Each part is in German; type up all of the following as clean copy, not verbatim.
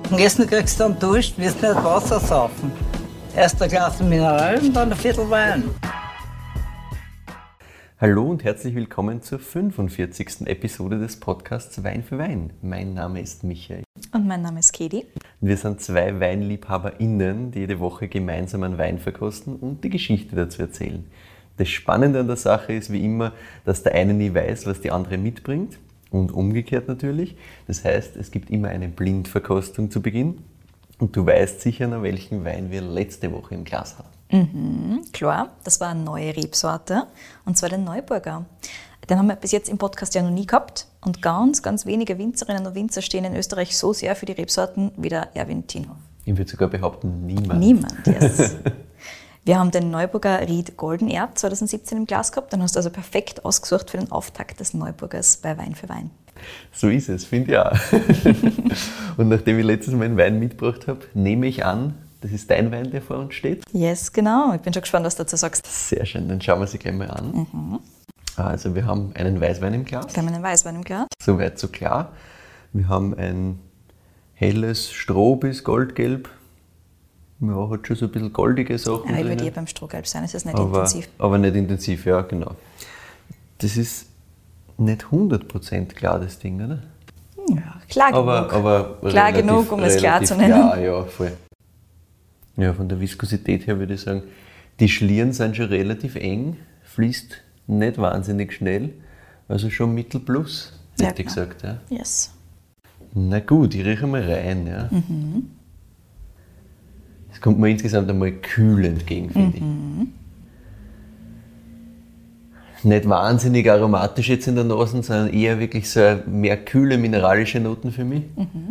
Am Essen kriegst du dann Durst, wirst nicht Wasser saufen. Erst ein Glas Mineral und dann ein Viertel Wein. Hallo und herzlich willkommen zur 45. Episode des Podcasts Wein für Wein. Mein Name ist Michael. Und mein Name ist Katie. Wir sind zwei WeinliebhaberInnen, die jede Woche gemeinsam einen Wein verkosten und die Geschichte dazu erzählen. Das Spannende an der Sache ist wie immer, dass der eine nie weiß, was die andere mitbringt und umgekehrt natürlich. Das heißt, es gibt immer eine Blindverkostung zu Beginn und du weißt sicher noch, welchen Wein wir letzte Woche im Glas hatten. Klar, das war eine neue Rebsorte und zwar den Neuburger. Den haben wir bis jetzt im Podcast ja noch nie gehabt und ganz wenige Winzerinnen und Winzer stehen in Österreich so sehr für die Rebsorten wie der Erwin Thienhof. Ich würde sogar behaupten, niemand. Niemand, yes. Wir haben den Neuburger Ried Golden Erb 2017 im Glas gehabt, dann hast du also perfekt ausgesucht für den Auftakt des Neuburgers bei Wein für Wein. So ist es, finde ich auch. Und nachdem ich letztes Mal einen Wein mitgebracht habe, nehme ich an, das ist dein Wein, der vor uns steht? Yes, genau. Ich bin schon gespannt, was du dazu sagst. Sehr schön, dann schauen wir sie gleich mal an. Also wir haben einen Weißwein im Glas. Wir haben einen Weißwein im Glas. Soweit so klar. Wir haben ein helles Stroh bis Goldgelb. Ja, hat schon so ein bisschen goldige Sachen Ja, ich drin. würde beim Strohgelb sein, es ist nicht intensiv. Aber nicht intensiv, ja genau. Das ist nicht 100% klar, das Ding, oder? Ja, klar genug. Aber klar genug, um es klar zu nennen. Klar, ja, voll. Ja, von der Viskosität her würde ich sagen, die Schlieren sind schon relativ eng, fließt nicht wahnsinnig schnell, also schon Mittelplus, hätte ich gesagt. Ja. Yes. Na gut, ich rieche mal rein. Ja. Es kommt mir insgesamt einmal kühl entgegen, finde ich. Nicht wahnsinnig aromatisch jetzt in der Nase, sondern eher wirklich so mehr kühle mineralische Noten für mich.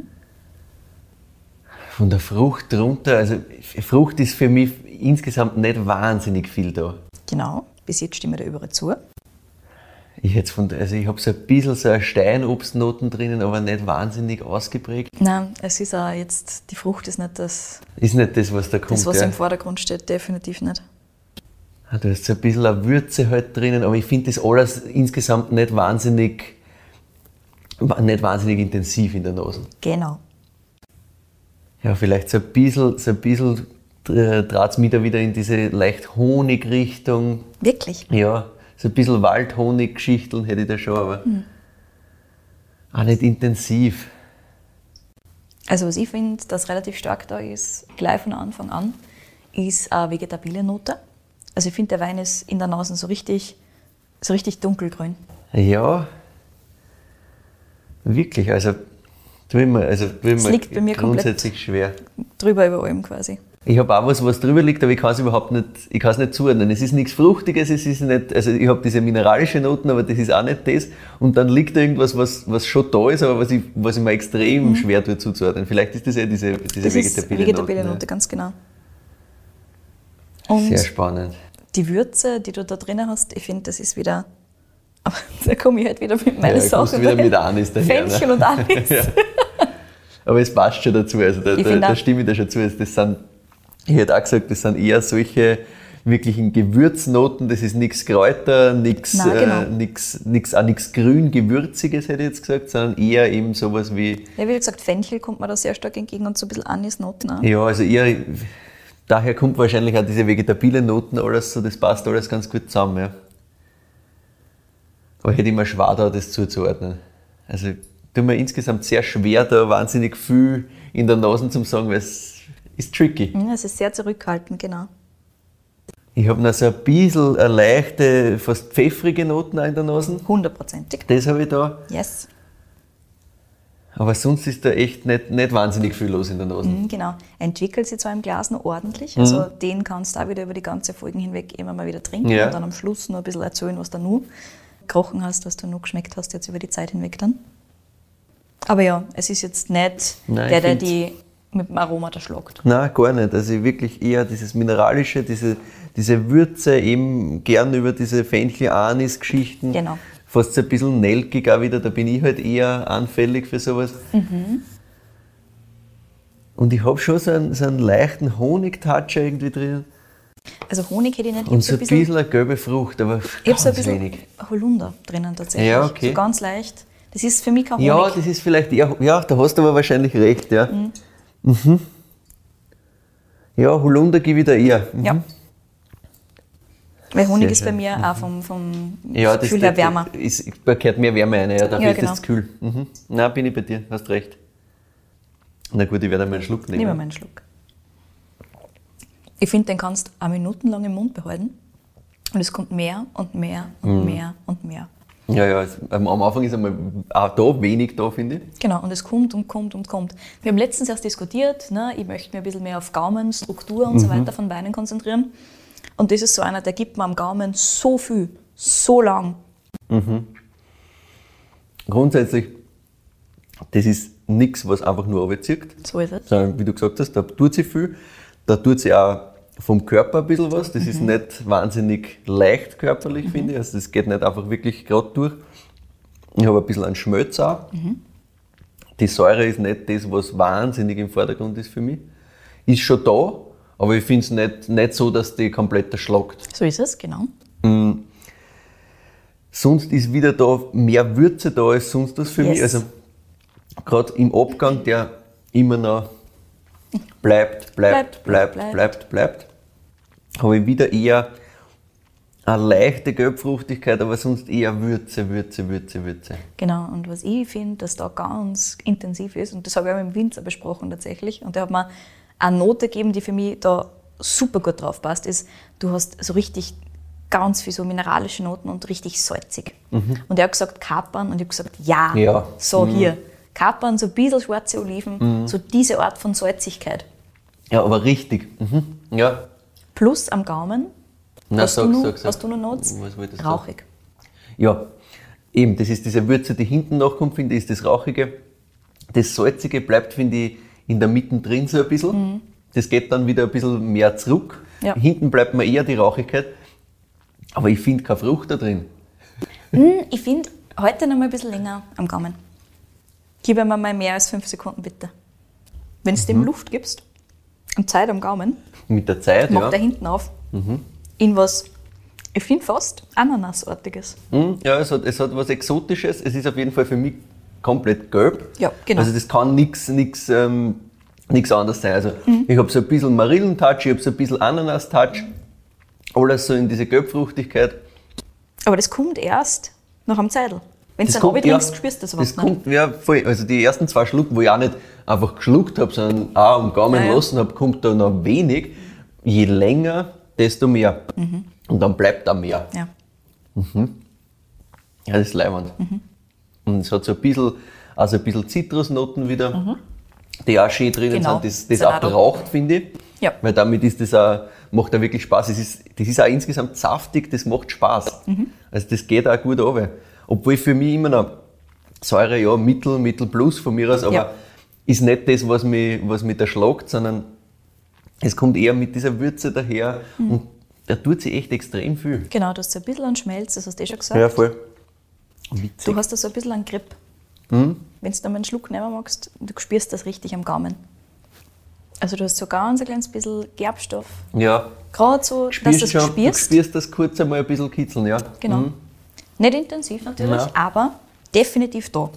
Von der Frucht drunter, also Frucht ist für mich insgesamt nicht wahnsinnig viel da. Genau, bis jetzt stimme ich da überall zu. Ich habe so ein bisschen so Steinobstnoten drinnen, aber nicht wahnsinnig ausgeprägt. Nein, es ist auch jetzt, die Frucht ist nicht das, Ist nicht das, was da kommt. das was im Vordergrund steht, definitiv nicht. Du hast so ein bisschen eine Würze halt drinnen, aber ich finde das alles insgesamt nicht wahnsinnig intensiv in der Nase. Genau. Ja, vielleicht so ein bisschen trat es mich da wieder in diese leicht Honigrichtung. Wirklich? Ja, so ein bisschen Waldhonig-Geschichteln hätte ich da schon, aber auch nicht intensiv. Also was ich finde, das relativ stark da ist, gleich von Anfang an, ist eine vegetabile Note. Also ich finde, der Wein ist in der Nase so richtig dunkelgrün. Ja, wirklich, also Es liegt bei mir grundsätzlich komplett schwer. drüber über allem quasi. Ich habe auch was drüber liegt, aber ich kann es überhaupt nicht zuordnen. Es ist nichts Fruchtiges, es ist nicht, also ich habe diese mineralischen Noten, aber das ist auch nicht das. Und dann liegt da irgendwas, was schon da ist, aber was ich mir extrem schwer tue zuzuordnen. Vielleicht ist das ja diese vegetabile Note, ganz genau. Und sehr spannend. die Würze, die du da drinnen hast, ich finde, das ist wieder, aber da komme ich halt wieder mit meinen Sachen. Wieder mit Anis daher. Fenchel und Anis. Ja. Aber es passt schon dazu, also da stimme ich da schon zu. Ich hätte auch gesagt, das sind eher solche wirklichen Gewürznoten, das ist nichts Kräuter, nichts grün-gewürziges, hätte ich jetzt gesagt, sondern eher eben sowas wie... Ja, wie gesagt, Fenchel kommt mir da sehr stark entgegen und so ein bisschen Anisnoten auch. Ja, also eher, daher kommt wahrscheinlich auch diese vegetabile Noten alles so, das passt alles ganz gut zusammen, ja. Aber hätte ich mir schwer da, das zuzuordnen. Also tut mir insgesamt sehr schwer, da wahnsinnig viel in der Nase zu sagen, weil es ist tricky. Es ist sehr zurückhaltend, genau. Ich habe noch so ein bisschen eine leichte, fast pfeffrige Noten in der Nase. 100%. Das habe ich da. Yes. Aber sonst ist da echt nicht wahnsinnig viel los in der Nase. Genau. Entwickelt sich zwar im Glas noch ordentlich, also den kannst du auch wieder über die ganze Folgen hinweg immer mal wieder trinken und dann am Schluss noch ein bisschen erzählen, was du nur gerochen hast, was du nur geschmeckt hast, jetzt über die Zeit hinweg dann. Aber ja, es ist jetzt nicht der die mit dem Aroma erschlagt. Nein, gar nicht. Also wirklich eher dieses Mineralische, diese Würze, eben gern über diese Fenchel-Anis-Geschichten. Genau. Fast so ein bisschen nelkig auch wieder, da bin ich halt eher anfällig für sowas. Und ich habe schon so einen leichten Honig-Touch irgendwie drin. Also Honig hätte ich nicht. Und so ein bisschen eine gelbe Frucht, aber ich habe so ein wenig. bisschen Holunder drinnen tatsächlich. Ja, okay. So ganz leicht. Das ist für mich kein Honig. Ja, das ist vielleicht eher, ja, da hast du aber wahrscheinlich recht, ja. Ja, Holunder gebe ich da eher. Ja. Weil Honig Sehr ist bei schön. mir auch vom Ja, Gefühl her wärmer. Da gehört mehr Wärme rein, ja, dafür Ja, ist genau. das zu kühl. Nein, bin ich bei dir, hast recht. Na gut, ich werde einmal einen Schluck nehmen. Nimm mal einen Schluck. Ich finde, den kannst du auch minutenlang im Mund behalten. Und es kommt mehr und mehr und mehr und mehr. Ja, am Anfang ist einmal auch da wenig da, finde ich. Genau, und es kommt und kommt und kommt. Wir haben letztens erst diskutiert, ne, ich möchte mich ein bisschen mehr auf Gaumen, Struktur und so weiter von Weinen konzentrieren. Und das ist so einer, der gibt mir am Gaumen so viel, so lang. Grundsätzlich, das ist nichts, was einfach nur runterzieht, So ist es. sondern wie du gesagt hast, da tut sie viel, da tut sie auch vom Körper ein bisschen was. Das ist nicht wahnsinnig leicht körperlich, finde ich. Also das geht nicht einfach wirklich gerade durch. Ich habe ein bisschen einen Schmelz auch. Die Säure ist nicht das, was wahnsinnig im Vordergrund ist für mich. Ist schon da, aber ich finde es nicht so, dass die komplett erschlagt. So ist es, genau. Sonst ist wieder da mehr Würze da als sonst was für mich. Yes. Also gerade im Abgang, der immer noch bleibt, habe ich wieder eher eine leichte Gelbfruchtigkeit, aber sonst eher Würze. Genau, und was ich finde, dass da ganz intensiv ist, und das habe ich auch mit dem Winzer besprochen tatsächlich, und der hat mir eine Note gegeben, die für mich da super gut drauf passt, ist, du hast so richtig ganz viel so mineralische Noten und richtig salzig. Und er hat gesagt Kapern und ich habe gesagt, ja. So hier. Kapern, so ein bisschen schwarze Oliven, so diese Art von Salzigkeit. Ja, aber richtig. Ja. Plus am Gaumen, Na, hast du noch Notes? Was wolltest du Rauchig. Ja, eben, das ist diese Würze, die hinten nachkommt, finde ich, ist das Rauchige. Das Salzige bleibt, finde ich, in der Mitte drin so ein bisschen. Das geht dann wieder ein bisschen mehr zurück. Ja. Hinten bleibt mir eher die Rauchigkeit. Aber ich finde keine Frucht da drin. Ich finde, heute noch mal ein bisschen länger am Gaumen. Gib mir mal mehr als 5 Sekunden, bitte. Wenn du dem Luft gibst und Zeit am Gaumen, Mit der Zeit, macht ja. er hinten auf in was, ich finde fast Ananasartiges. Ja, es hat was Exotisches. Es ist auf jeden Fall für mich komplett gelb. Ja, genau. Also das kann nichts anderes sein. Also ich habe so ein bisschen Marillentouch, ich habe so ein bisschen Ananas-Touch. Alles so in diese Gelbfruchtigkeit. Aber das kommt erst nach einem Zeitl. Wenn du Das dann kommt, trinkst, spürst du das überhaupt das kommt, ja, voll. Also die ersten 2 Schluck, wo ich auch nicht einfach geschluckt habe, sondern auch am Gaumen Ja, ja. lassen habe, kommt da noch wenig. Je länger, desto mehr. Und dann bleibt da mehr. nicht. Ja. Ja, das ist leibend. Und es hat so ein bisschen Zitrusnoten wieder, die auch schön drinnen Genau. sind. Das Sind auch auch da. braucht, finde ich. Ja. Weil damit ist das auch, macht auch wirklich Spaß. Das ist auch insgesamt saftig, das macht Spaß. Also das geht auch gut runter. Obwohl für mich immer noch Säure, ja, Mittel plus von mir aus, aber Ja. ist nicht das, was mich erschlagt, sondern es kommt eher mit dieser Würze daher und da tut sich echt extrem viel. Genau, du hast so ein bisschen einen Schmelz, das hast du schon gesagt. Ja, voll. Witzig. Du hast da so ein bisschen einen Grip. Wenn du dann mal einen Schluck nehmen magst, du spürst das richtig am Gaumen. Also du hast so ganz ein kleines bisschen Gerbstoff. Ja, Gerade so, dass du spürst das schon, du spürst. spürst das kurz einmal ein bisschen kitzeln, ja. Genau. Nicht intensiv natürlich, Nein. aber definitiv da.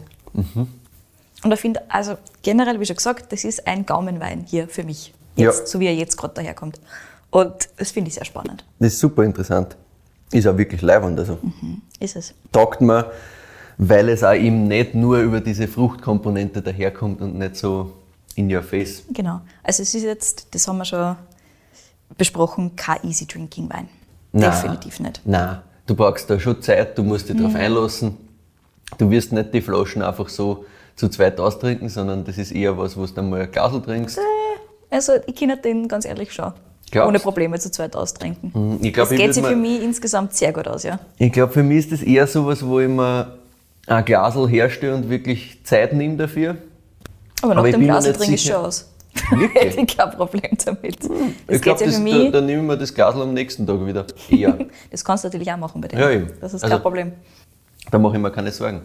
Und ich finde, also generell, wie schon gesagt, das ist ein Gaumenwein hier für mich. Jetzt, Ja. so wie er jetzt gerade daherkommt. Und das finde ich sehr spannend. Das ist super interessant. Ist auch wirklich leibend. Also. Ist es. Taugt mir, weil es auch eben nicht nur über diese Fruchtkomponente daherkommt und nicht so in your face. Genau. Also es ist jetzt, das haben wir schon besprochen, kein Easy Drinking Wein. Nein. Definitiv nicht. Nein, du brauchst da schon Zeit, du musst dich darauf einlassen. Du wirst nicht die Flaschen einfach so zu zweit austrinken, sondern das ist eher was, wo du dann mal ein Glasl trinkst. Also ich kann den ganz ehrlich schon Glaubst? ohne Probleme zu zweit austrinken. Ich glaub, Das ich geht würd sich mir- für mich insgesamt sehr gut aus, ja. Ich glaube, für mich ist das eher sowas, wo ich mir ein Glasl herstelle und wirklich Zeit nehme dafür. Aber nach Aber ich dem bin mir Glas nicht trinke ich sicher. schon aus. Wirklich? Hätte ich kein Problem damit. Das Ich geht glaube, ja für mich. da nehmen wir das Glasl am nächsten Tag wieder. Eher. Das kannst du natürlich auch machen bei dem. Ja, eben. Das ist Also- kein Problem. Da mache ich mir keine Sorgen.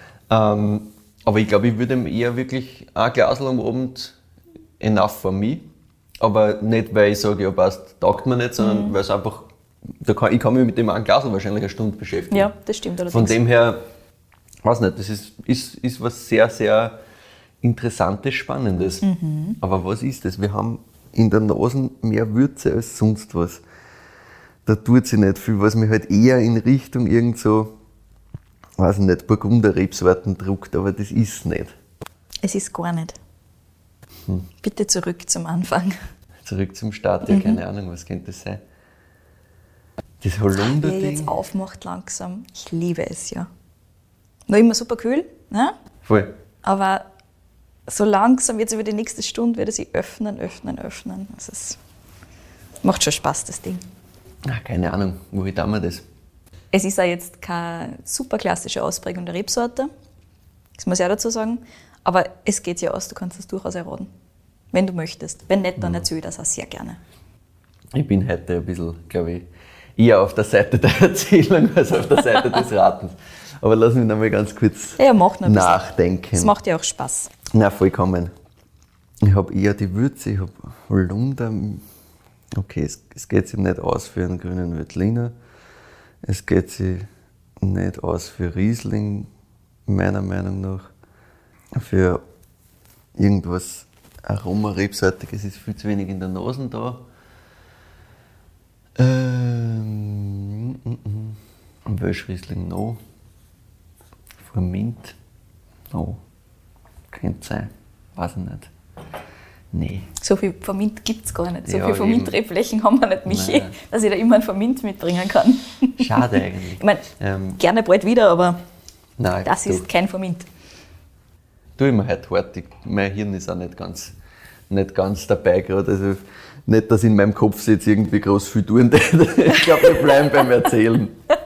Aber ich glaube, ich würde ihm eher wirklich ein Glasl am Abend enough for me. Aber nicht, weil ich sage, ja passt, taugt mir nicht, sondern weil es einfach, ich kann mich mit dem einen Glasl wahrscheinlich eine Stunde beschäftigen. Ja, das stimmt allerdings. Von dem her, weiß nicht, das ist was sehr, sehr Interessantes, Spannendes. Aber was ist das? Wir haben in der Nase mehr Würze als sonst was. Da tut sich nicht viel, was mich halt eher in Richtung irgend so, weiß ich nicht, Burgunder-Rebsorten druckt, aber das ist nicht. Es ist gar nicht. Bitte zurück zum Anfang. Zurück zum Start, ja, keine Ahnung, was könnte das sein? Das Holunder-Ding. Wie er jetzt aufmacht langsam. Ich liebe es ja. Noch immer super kühl, ne? Voll. Aber so langsam, jetzt über die nächste Stunde, wird er sich öffnen. Es macht schon Spaß, das Ding. Keine Ahnung, woher tun wir das? Es ist ja jetzt keine super klassische Ausprägung der Rebsorte, das muss ich auch dazu sagen, aber es geht ja aus, du kannst es durchaus erraten, wenn du möchtest. Wenn nicht, dann erzähl ich das auch sehr gerne. Ich bin heute ein bisschen, glaube ich, eher auf der Seite der Erzählung als auf der Seite des Ratens. Aber lass mich noch mal ganz kurz nachdenken. Das macht ja auch Spaß. Na, vollkommen. Ich habe eher die Würze, ich habe Holunder. Okay, es geht sich nicht aus für einen grünen Veltliner. Es geht sich nicht aus für Riesling, meiner Meinung nach. Für irgendwas Aroma-Rebsortiges ist viel zu wenig in der Nase da. Welschriesling no. Mint no. Könnte sein. Weiß ich nicht. Nee. So viel Mint gibt es gar nicht. So Ja, viel Mint-Rebflächen haben wir nicht, Michi, Nein. dass ich da immer ein Mint mitbringen kann. Schade eigentlich. Ich meine, gerne bald wieder, aber Nein, das ist kein Mint. Tu ich mir heute hart. Mein Hirn ist auch nicht ganz dabei gerade. Also nicht, dass in meinem Kopf jetzt irgendwie groß viel tun. Ich glaube, wir bleiben beim Erzählen.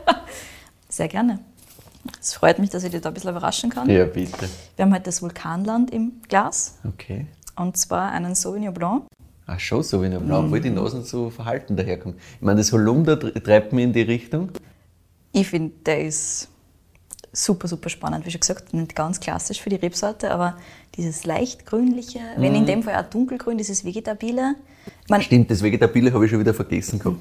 Sehr gerne. Es freut mich, dass ich dich da ein bisschen überraschen kann. Ja, bitte. Wir haben heute das Vulkanland im Glas. Okay. Und zwar einen Sauvignon Blanc. Ach schon, Sauvignon Blanc, obwohl die Nasen so verhalten daherkommen. Ich meine, das Holunder treibt mich in die Richtung. Ich finde, der ist super, super spannend, wie schon gesagt. Nicht ganz klassisch für die Rebsorte, aber dieses leicht grünliche, wenn in dem Fall auch dunkelgrün, dieses Vegetabile. Stimmt, das Vegetabile habe ich schon wieder vergessen gehabt.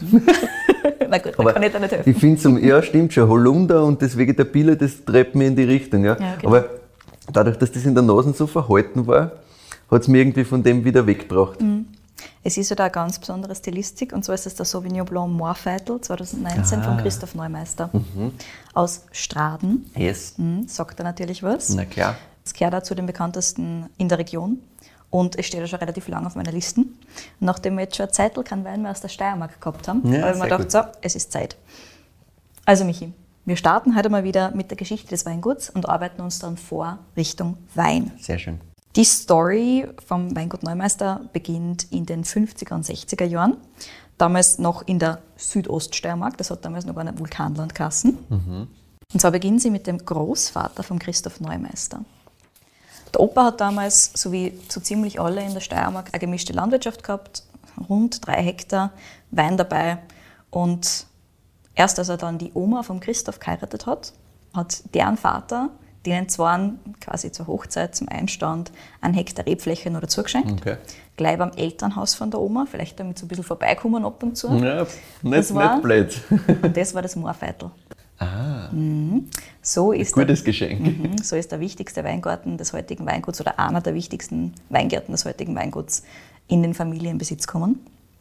Na gut, da kann ich dir nicht helfen. Ich finde ja, stimmt schon, Holunder und das Vegetabile, das treibt mich in die Richtung. Ja. Ja, genau. Aber dadurch, dass das in der Nase so verhalten war, hat es mich irgendwie von dem wieder weggebracht. Es ist ja da eine ganz besondere Stilistik, und zwar ist es der Sauvignon Blanc Moorfeitel 2019 von Christoph Neumeister aus Straden. Yes. Sagt er natürlich was. Na klar. Es gehört auch zu den bekanntesten in der Region und es steht ja schon relativ lange auf meiner Liste. Und nachdem wir jetzt schon eine Zeit keinen Wein mehr aus der Steiermark gehabt haben, Ja, habe ich mir sehr gedacht, so, es ist Zeit. Also Michi, wir starten heute mal wieder mit der Geschichte des Weinguts und arbeiten uns dann vor Richtung Wein. Sehr schön. Die Story vom Weingut Neumeister beginnt in den 50er und 60er Jahren. Damals noch in der Südoststeiermark, das hat damals noch gar nicht Vulkanland geheißen. Und zwar beginnen sie mit dem Großvater von Christoph Neumeister. Der Opa hat damals, so wie so ziemlich alle in der Steiermark, eine gemischte Landwirtschaft gehabt, rund 3 Hektar, Wein dabei. Und erst als er dann die Oma von Christoph geheiratet hat, hat deren Vater denen zwei quasi zur Hochzeit, zum Einstand, 1 Hektar Rebfläche noch dazu geschenkt. Okay. Gleich beim Elternhaus von der Oma, vielleicht damit so ein bisschen vorbeikommen ab und zu. Ja, nicht blöd. Und das war das Moorfeitel. Ah, So ist, gutes Geschenk. so ist der wichtigste Weingarten des heutigen Weinguts oder einer der wichtigsten Weingärten des heutigen Weinguts in den Familienbesitz gekommen.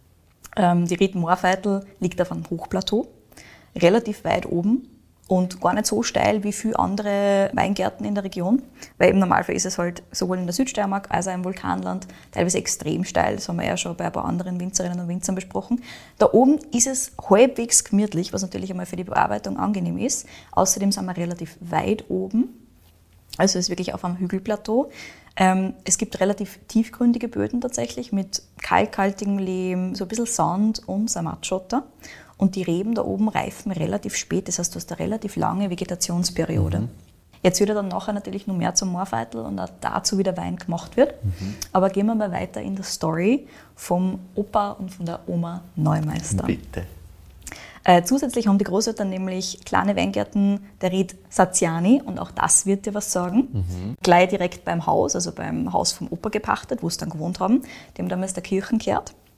Die Ried Moorfeitel liegt auf einem Hochplateau, relativ weit oben und gar nicht so steil wie viele andere Weingärten in der Region, weil im Normalfall ist es halt sowohl in der Südsteiermark als auch im Vulkanland teilweise extrem steil. Das haben wir ja schon bei ein paar anderen Winzerinnen und Winzern besprochen. Da oben ist es halbwegs gemütlich, was natürlich einmal für die Bearbeitung angenehm ist. Außerdem sind wir relativ weit oben, also es ist wirklich auf einem Hügelplateau. Es gibt relativ tiefgründige Böden tatsächlich mit kalkhaltigem Lehm, so ein bisschen Sand und Samattschotter. Und die Reben da oben reifen relativ spät, das heißt, du hast eine relativ lange Vegetationsperiode. Jetzt wird dann nachher natürlich noch mehr zum Moorfeitel und auch dazu wieder Wein gemacht wird. Aber gehen wir mal weiter in der Story vom Opa und von der Oma Neumeister. Bitte. Zusätzlich haben die Großeltern nämlich kleine Weingärten der Ried Saziani, und auch das wird dir was sagen. Gleich direkt beim Haus, also beim Haus vom Opa gepachtet, wo sie dann gewohnt haben. Die haben damals der Kirchen gehört.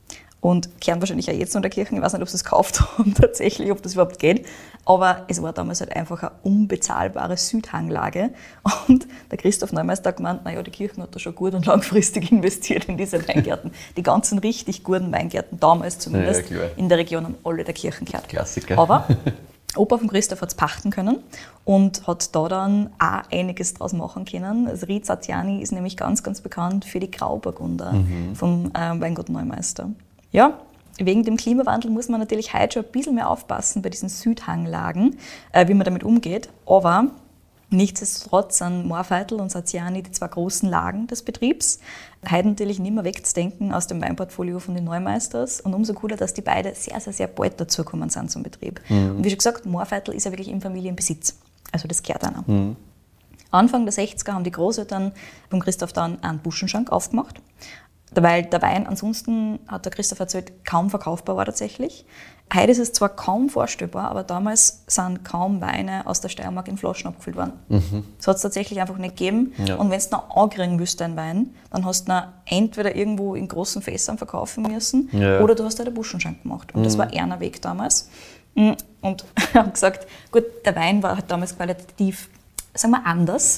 und kehren wahrscheinlich auch jetzt noch in der Kirche. Ich weiß nicht, ob sie es gekauft haben tatsächlich, ob das überhaupt geht. Aber es war damals halt einfach eine unbezahlbare Südhanglage. Und der Christoph Neumeister hat gemeint, naja, die Kirche hat da schon gut und langfristig investiert in diese Weingärten. Die ganzen richtig guten Weingärten, damals zumindest, in der Region haben alle der Kirchen gehört. Klassiker. Aber Opa von Christoph hat es pachten können und hat da dann auch einiges draus machen können. Also Ried Saziani ist nämlich ganz, ganz bekannt für die Grauburgunder vom Weingut Neumeister. Ja, wegen dem Klimawandel muss man natürlich heute schon ein bisschen mehr aufpassen bei diesen Südhanglagen, wie man damit umgeht. Aber nichtsdestotrotz sind Morfeitel und Saziani die zwei großen Lagen des Betriebs. Heute natürlich nicht mehr wegzudenken aus dem Weinportfolio von den Neumeisters. Und umso cooler, dass die beide sehr, sehr, sehr bald dazugekommen sind zum Betrieb. Und wie schon gesagt, Morfeitel ist ja wirklich im Familienbesitz. Also das gehört einer. Anfang der 60er haben die Großeltern von Christoph dann einen Buschenschank aufgemacht. Weil der Wein ansonsten, hat der Christoph erzählt, kaum verkaufbar war tatsächlich. Heute ist es zwar kaum vorstellbar, aber damals sind kaum Weine aus der Steiermark in Flaschen abgefüllt worden. Das hat es tatsächlich einfach nicht gegeben. Ja. Und wenn du noch ankriegen willst, deinen Wein, dann hast du ihn entweder irgendwo in großen Fässern verkaufen müssen oder du hast halt einen Buschenschank gemacht. Und das war eher ein Weg damals. Und ich habe gesagt, gut, der Wein war halt damals qualitativ, sagen wir, anders.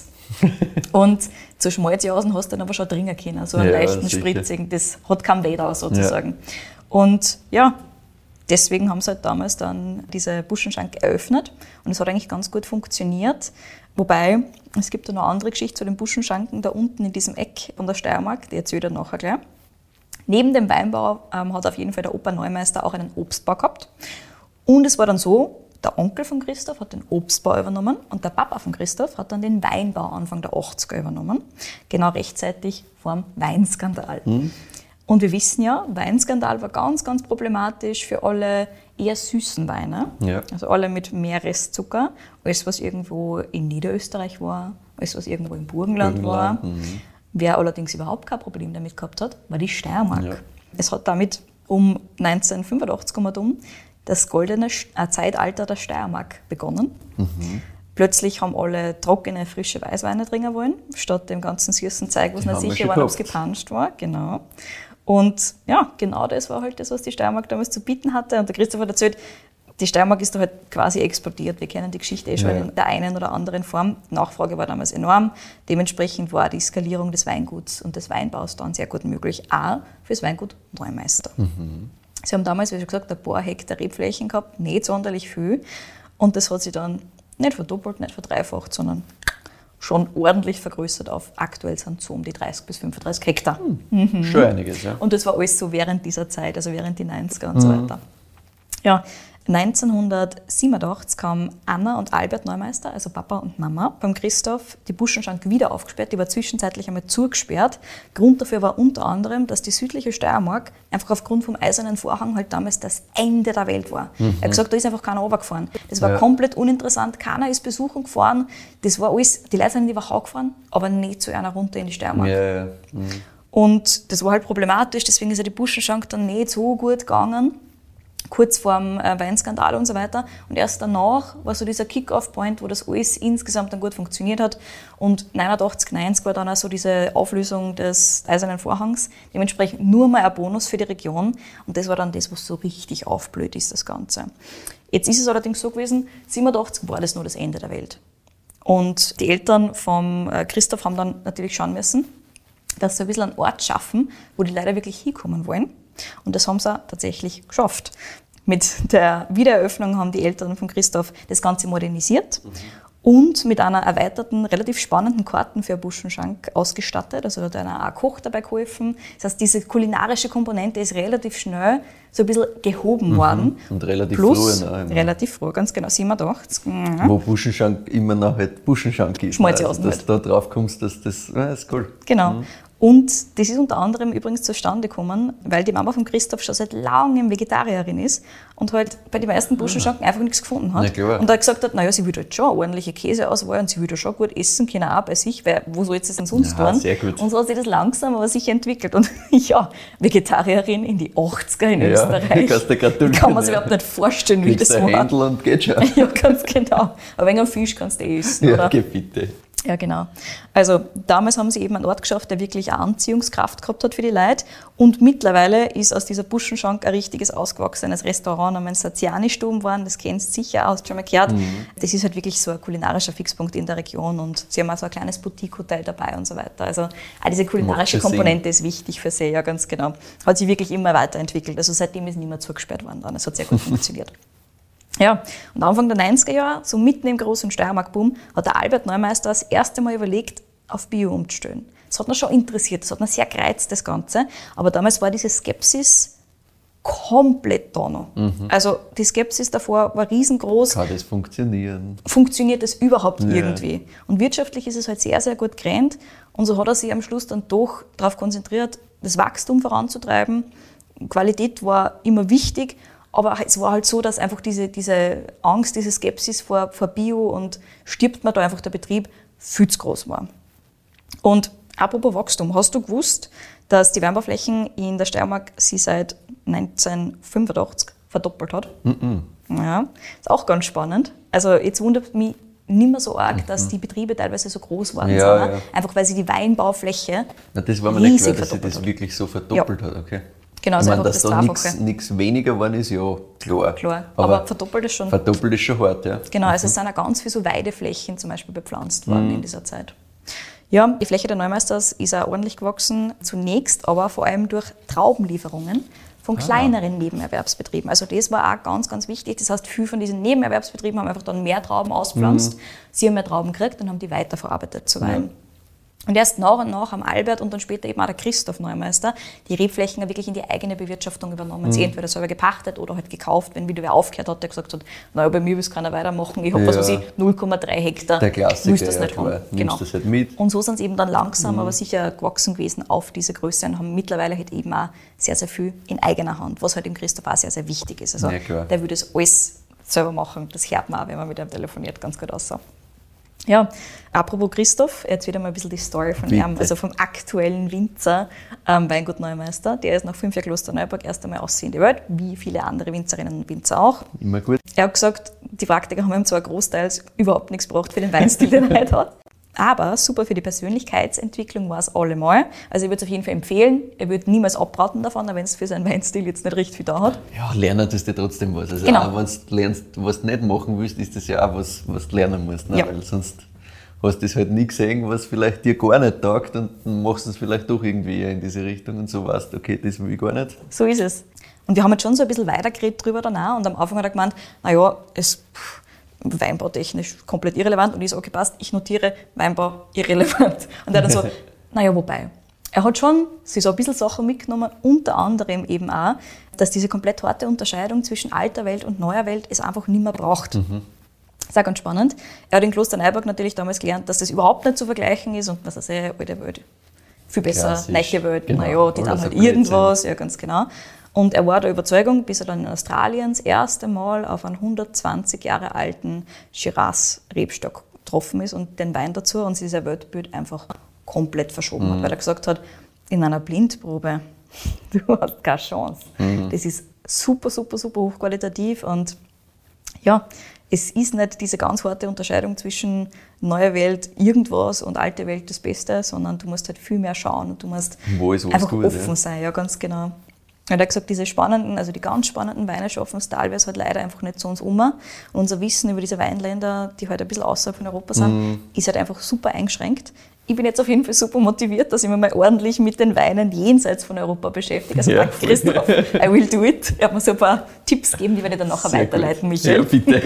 Und zu Schmalzjasen hast du dann aber schon trinken können, so einen leichten, spritzigen, das hat keinen Weder sozusagen. Und ja, deswegen haben sie halt damals dann diese Buschenschank eröffnet und es hat eigentlich ganz gut funktioniert. Wobei, es gibt da noch eine andere Geschichte zu den Buschenschanken da unten in diesem Eck von der Steiermark, die erzählt er nachher gleich. Neben dem Weinbau hat auf jeden Fall der Opa Neumeister auch einen Obstbau gehabt. Und es war dann so, der Onkel von Christoph hat den Obstbau übernommen und der Papa von Christoph hat dann den Weinbau Anfang der 80er übernommen. Genau rechtzeitig vor dem Weinskandal. Und wir wissen ja, Weinskandal war ganz, ganz problematisch für alle eher süßen Weine. Ja. Also alle mit mehr Restzucker. Alles, was irgendwo in Niederösterreich war, alles, was irgendwo im Burgenland war. Wer allerdings überhaupt kein Problem damit gehabt hat, war die Steiermark. Ja. Es hat damit um 1985 das goldene Zeitalter der Steiermark begonnen. Plötzlich haben alle trockene, frische Weißweine trinken wollen, statt dem ganzen süßen Zeug, was nicht sicher war, ob es gepanscht war. Genau. Und ja, genau das war halt das, was die Steiermark damals zu bieten hatte. Und der Christoph hat erzählt, die Steiermark ist da halt quasi explodiert. Wir kennen die Geschichte schon in der einen oder anderen Form. Die Nachfrage war damals enorm. Dementsprechend war die Skalierung des Weinguts und des Weinbaus dann sehr gut möglich, auch fürs Weingut Neumeister. Sie haben damals, wie schon gesagt, ein paar Hektar Rebflächen gehabt, nicht sonderlich viel. Und das hat sich dann nicht verdoppelt, nicht verdreifacht, sondern schon ordentlich vergrößert auf. Aktuell sind es so um die 30 bis 35 Hektar. Schon einiges, ja. Und das war alles so während dieser Zeit, also während die 90er und so weiter. Ja, 1987 kamen Anna und Albert Neumeister, also Papa und Mama, beim Christoph die Buschenschank wieder aufgesperrt. Die war zwischenzeitlich einmal zugesperrt. Grund dafür war unter anderem, dass die südliche Steiermark einfach aufgrund vom Eisernen Vorhang halt damals das Ende der Welt war. Er hat gesagt, da ist einfach keiner runtergefahren. Das war komplett uninteressant. Keiner ist besuchen gefahren. Das war alles, die Leute sind in die Wachau gefahren, aber nicht zu einer runter in die Steiermark. Und das war halt problematisch, deswegen ist ja die Buschenschank dann nicht so gut gegangen. Kurz vor dem Weinskandal und so weiter. Und erst danach war so dieser Kick-Off-Point, wo das alles insgesamt dann gut funktioniert hat. Und 89, 90 war dann auch so diese Auflösung des Eisernen Vorhangs. Dementsprechend nur mal ein Bonus für die Region. Und das war dann das, was so richtig aufblüht ist, das Ganze. Jetzt ist es allerdings so gewesen, 87 war das nur das Ende der Welt. Und die Eltern vom Christoph haben dann natürlich schauen müssen, dass sie ein bisschen einen Ort schaffen, wo die Leute wirklich hinkommen wollen. Und das haben sie tatsächlich geschafft. Mit der Wiedereröffnung haben die Eltern von Christoph das Ganze modernisiert und mit einer erweiterten, relativ spannenden Karten für Buschenschank ausgestattet. Also da hat einer auch Koch dabei geholfen. Das heißt, diese kulinarische Komponente ist relativ schnell so ein bisschen gehoben worden. Und relativ Plus, früh. Relativ früh, ganz genau, 87. Wo Buschenschank immer noch halt Buschenschank ist. Schmalzjausen also, dass du da drauf kommst, dass das ist cool. Genau. Und das ist unter anderem übrigens zustande gekommen, weil die Mama von Christoph schon seit langem Vegetarierin ist und halt bei den meisten Buschenschanken einfach nichts gefunden hat. Ja, und da gesagt hat, naja, sie will halt schon eine ordentliche Käseauswahl und sie will da schon gut essen können, auch bei sich, weil wo soll jetzt das denn sonst tun? Sehr gut. Und so hat sich das langsam aber sicher entwickelt. Und ja, Vegetarierin in die 80er in Österreich. Kann man sich überhaupt nicht vorstellen, wie das war. Händel und geht schon. Ja, ganz genau. Aber wenn du Fisch kannst du essen, ja, oder? bitte. Ja, genau. Also damals haben sie eben einen Ort geschafft, der wirklich eine Anziehungskraft gehabt hat für die Leute. Und mittlerweile ist aus dieser Buschenschank ein richtiges ausgewachsenes Restaurant namens Saziani-Stuben geworden. Das kennst du sicher, hast du schon mal gehört. Das ist halt wirklich so ein kulinarischer Fixpunkt in der Region. Und sie haben auch so ein kleines Boutique-Hotel dabei und so weiter. Also auch diese kulinarische Komponente ist wichtig für sie, ja, ganz genau. Hat sich wirklich immer weiterentwickelt. Also seitdem ist nicht mehr zugesperrt worden. Es hat sehr gut funktioniert. Ja, und Anfang der 90er Jahre, so mitten im großen Steiermark-Boom, hat der Albert Neumeister das erste Mal überlegt, auf Bio umzustellen. Das hat ihn schon interessiert, das hat ihn sehr gereizt, das Ganze. Aber damals war diese Skepsis komplett da noch. Also die Skepsis davor war riesengroß. Kann das funktionieren? Funktioniert das überhaupt irgendwie? Und wirtschaftlich ist es halt sehr, sehr gut gerannt. Und so hat er sich am Schluss dann doch darauf konzentriert, das Wachstum voranzutreiben. Qualität war immer wichtig. Aber es war halt so, dass einfach diese Angst, diese Skepsis vor Bio und stirbt man da einfach der Betrieb viel zu groß war. Und apropos Wachstum, hast du gewusst, dass die Weinbauflächen in der Steiermark sie seit 1985 verdoppelt hat? Ja, ist auch ganz spannend. Also jetzt wundert mich nicht mehr so arg, dass die Betriebe teilweise so groß waren. Ja. Einfach weil sie die Weinbaufläche das war mir nicht klar, dass sie das wirklich so verdoppelt hat. Okay. Genau, ich also meine, dass das da Dreifache. nichts weniger geworden ist, ja, klar. Aber verdoppelt ist schon. Verdoppelt ist schon hart, ja. Genau, also es sind auch ganz viele so Weideflächen zum Beispiel bepflanzt worden in dieser Zeit. Ja, die Fläche der Neumeisters ist auch ordentlich gewachsen, zunächst aber vor allem durch Traubenlieferungen von kleineren Nebenerwerbsbetrieben. Also das war auch ganz, ganz wichtig. Das heißt, viele von diesen Nebenerwerbsbetrieben haben einfach dann mehr Trauben auspflanzt, sie haben mehr Trauben gekriegt und haben die weiterverarbeitet zu Wein. Und erst nach und nach haben Albert und dann später eben auch der Christoph Neumeister die Rebflächen wirklich in die eigene Bewirtschaftung übernommen. Sie entweder selber gepachtet oder halt gekauft, wenn wieder wer aufgehört hat, der gesagt hat, naja, bei mir will es keiner weitermachen, ich habe was weiß ich, 0,3 Hektar. Der Klassiker, muss das nicht haben. Nimmst das halt mit. Und so sind sie eben dann langsam, aber sicher gewachsen gewesen auf diese Größe und haben mittlerweile halt eben auch sehr, sehr viel in eigener Hand, was halt dem Christoph auch sehr, sehr wichtig ist. Also der würde das alles selber machen, das hört man auch, wenn man mit ihm telefoniert, ganz gut aussah. Ja, apropos Christoph, jetzt wieder mal ein bisschen die Story von ihm, also vom aktuellen Winzer Weingut Neumeister. Der ist nach 5 Jahren Klosterneuburg erst einmal aussehen in die Welt, wie viele andere Winzerinnen und Winzer auch. Immer gut. Er hat gesagt, die Praktiker haben ihm zwar großteils überhaupt nichts gebracht für den Weinstil, den er heute hat, aber super für die Persönlichkeitsentwicklung war es allemal. Also ich würde es auf jeden Fall empfehlen. Er würde niemals abraten davon, wenn es für seinen Weinstil jetzt nicht richtig viel da hat. Ja, lernen tust du trotzdem was. Also genau. Auch wenn du lernst, was du nicht machen willst, ist das ja auch was du lernen musst. Ne? Ja. Weil sonst hast du das halt nie gesehen, was vielleicht dir gar nicht taugt und dann machst du es vielleicht doch irgendwie in diese Richtung und so weißt, okay, das will ich gar nicht. So ist es. Und wir haben jetzt schon so ein bisschen weitergeredet drüber danach und am Anfang hat er gemeint, naja, weinbautechnisch komplett irrelevant und ich so, okay, passt, ich notiere Weinbau irrelevant. Und er dann so, naja, wobei. Er hat schon sich so ein bisschen Sachen mitgenommen, unter anderem eben auch, dass diese komplett harte Unterscheidung zwischen alter Welt und neuer Welt es einfach nicht mehr braucht. Das ist auch ganz spannend. Er hat in Klosterneuburg natürlich damals gelernt, dass das überhaupt nicht zu vergleichen ist und dass er alte Welt viel besser, neue Welt, genau. Naja, die dann halt irgendwas, ja ganz genau. Und er war der Überzeugung, bis er dann in Australien das erste Mal auf einen 120 Jahre alten Shiraz-Rebstock getroffen ist und den Wein dazu und sich dieser Weltbild einfach komplett verschoben hat, weil er gesagt hat, in einer Blindprobe, du hast keine Chance. Das ist super, super, super hochqualitativ und ja, es ist nicht diese ganz harte Unterscheidung zwischen neuer Welt irgendwas und alte Welt das Beste, sondern du musst halt viel mehr schauen und du musst einfach gut, offen sein, ja, ganz genau. Er hat gesagt, die ganz spannenden Weine schaffen es teilweise halt leider einfach nicht zu uns um. Und unser Wissen über diese Weinländer, die halt ein bisschen außerhalb von Europa sind, ist halt einfach super eingeschränkt. Ich bin jetzt auf jeden Fall super motiviert, dass ich mich mal ordentlich mit den Weinen jenseits von Europa beschäftige. Also danke Christoph, I will do it. Er hat mir so ein paar Tipps gegeben, die werde ich dann nachher weiterleiten, Michael. Ja, bitte.